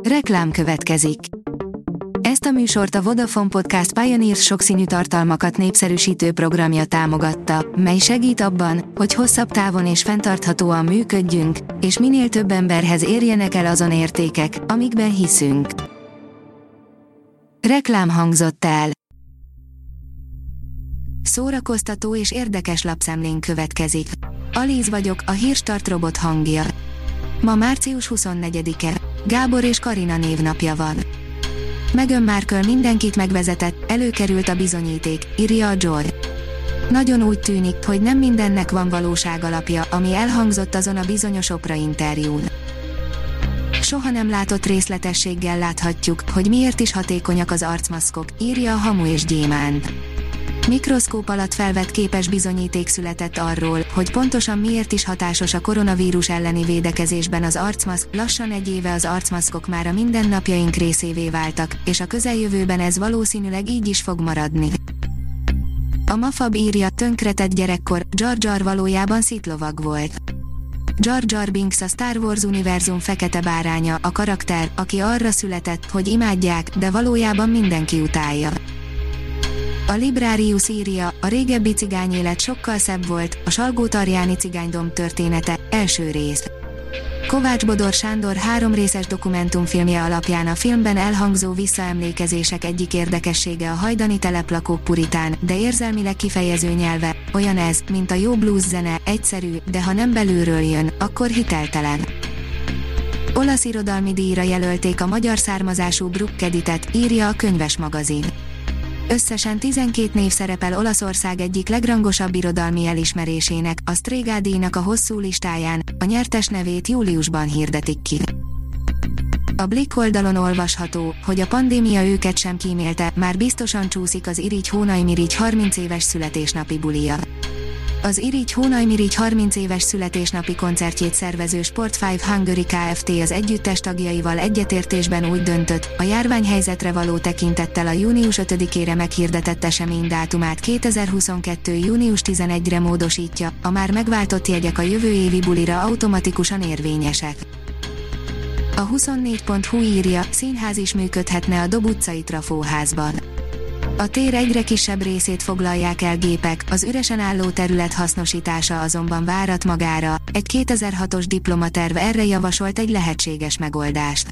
Reklám következik. Ezt a műsort a Vodafone Podcast Pioneers sokszínű tartalmakat népszerűsítő programja támogatta, mely segít abban, hogy hosszabb távon és fenntarthatóan működjünk, és minél több emberhez érjenek el azon értékek, amikben hiszünk. Reklám hangzott el. Szórakoztató és érdekes lapszemlénk következik. Alíz vagyok, a Hírstart robot hangja. Ma március 24-e, Gábor és Karina névnapja van. Meghan Markle mindenkit megvezetett, előkerült a bizonyíték, írja a Joy. Nagyon úgy tűnik, hogy nem mindennek van valóság alapja, ami elhangzott azon a bizonyos Oprah interjún. Soha nem látott részletességgel láthatjuk, hogy miért is hatékonyak az arcmaszkok, írja a Hamu és Gyémánt. Mikroszkóp alatt felvett képes bizonyíték született arról, hogy pontosan miért is hatásos a koronavírus elleni védekezésben az arcmaszk. Lassan egy éve az arcmaszkok már a mindennapjaink részévé váltak, és a közeljövőben ez valószínűleg így is fog maradni. A Mafab írja, tönkretett gyerekkor, Jar Jar valójában szitlovag volt. Jar Jar Binks a Star Wars univerzum fekete báránya, a karakter, aki arra született, hogy imádják, de valójában mindenki utálja. A Librarius írja, a régebbi cigányélet sokkal szebb volt, a Salgótarjáni cigánydomb története, első rész. Kovács Bodor Sándor 3 részes dokumentumfilmje alapján a filmben elhangzó visszaemlékezések egyik érdekessége a hajdani teleplakók puritán, de érzelmileg kifejező nyelve, olyan ez, mint a jó blues zene, egyszerű, de ha nem belülről jön, akkor hiteltelen. Olasz irodalmi díjra jelölték a magyar származású Brooke Editet, írja a Könyves magazin. Összesen 12 név szerepel Olaszország egyik legrangosabb irodalmi elismerésének, a Strega díjnak a hosszú listáján, a nyertes nevét júliusban hirdetik ki. A Blick oldalon olvasható, hogy a pandémia őket sem kímélte, már biztosan csúszik az Irigy Hónai-Mirigy 30 éves születésnapi bulia. Az Irigy Hónai-Mirigy 30 éves születésnapi koncertjét szervező Sport5 Hungary Kft. Az együttes tagjaival egyetértésben úgy döntött, a járványhelyzetre való tekintettel a június 5-ére meghirdetett esemény dátumát 2022. június 11-re módosítja, a már megváltott jegyek a jövő évi bulira automatikusan érvényesek. A 24.hu írja, színház is működhetne a Dob utcai trafóházban. A tér egyre kisebb részét foglalják el gépek, az üresen álló terület hasznosítása azonban várat magára, egy 2006-os diplomaterv erre javasolt egy lehetséges megoldást.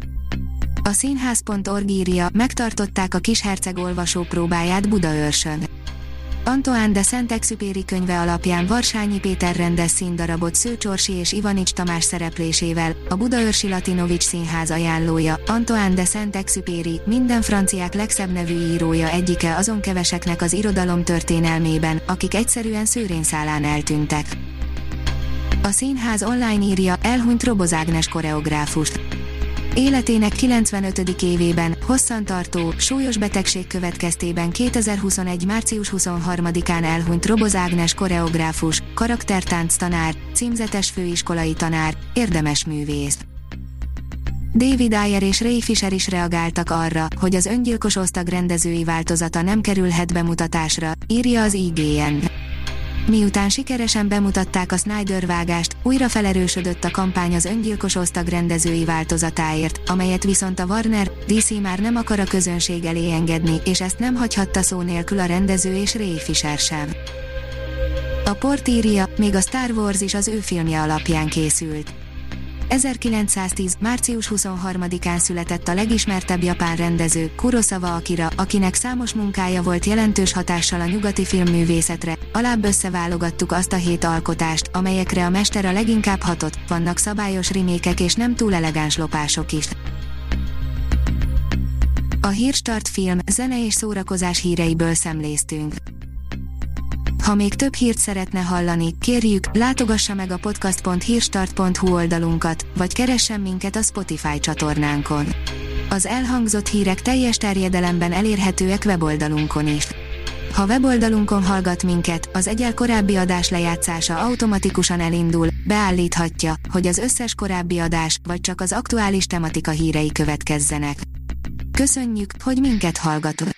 A színház.org írja, megtartották a Kisherceg olvasópróbáját Budaörsön. Antoine de Saint-Exupéry könyve alapján Varsányi Péter rendez színdarabot Szőcs Orsi és Ivanics Tamás szereplésével, a Budaörsi Latinovics Színház ajánlója, Antoine de Saint-Exupéry, minden franciák legszebb nevű írója egyike azon keveseknek az irodalom történelmében, akik egyszerűen szőrényszálán eltűntek. A színház online írja, elhunyt Roboz Ágnes koreográfus. Életének 95. évében, hosszantartó, súlyos betegség következtében 2021. március 23-án elhunyt Roboz Ágnes koreográfus, karaktertánc tanár, címzetes főiskolai tanár, érdemes művész. David Ayer és Ray Fisher is reagáltak arra, hogy az Öngyilkos osztag rendezői változata nem kerülhet bemutatásra, írja az IGN. Miután sikeresen bemutatták a Snyder vágást, újra felerősödött a kampány az Öngyilkos osztag rendezői változatáért, amelyet viszont a Warner, DC már nem akar a közönség elé engedni, és ezt nem hagyhatta szó nélkül a rendező és Ray Fisher sem. A port írja, még a Star Wars is az ő filmje alapján készült. 1910. március 23-án született a legismertebb japán rendező, Kurosawa Akira, akinek számos munkája volt jelentős hatással a nyugati filmművészetre. Alább összeválogattuk azt a 7 alkotást, amelyekre a mester a leginkább hatott, vannak szabályos remékek és nem túl elegáns lopások is. A Hírstart film, zene és szórakozás híreiből szemléztünk. Ha még több hírt szeretne hallani, kérjük, látogassa meg a podcast.hírstart.hu oldalunkat, vagy keressen minket a Spotify csatornánkon. Az elhangzott hírek teljes terjedelemben elérhetőek weboldalunkon is. Ha weboldalunkon hallgat minket, az egyel korábbi adás lejátszása automatikusan elindul, beállíthatja, hogy az összes korábbi adás, vagy csak az aktuális tematika hírei következzenek. Köszönjük, hogy minket hallgatott!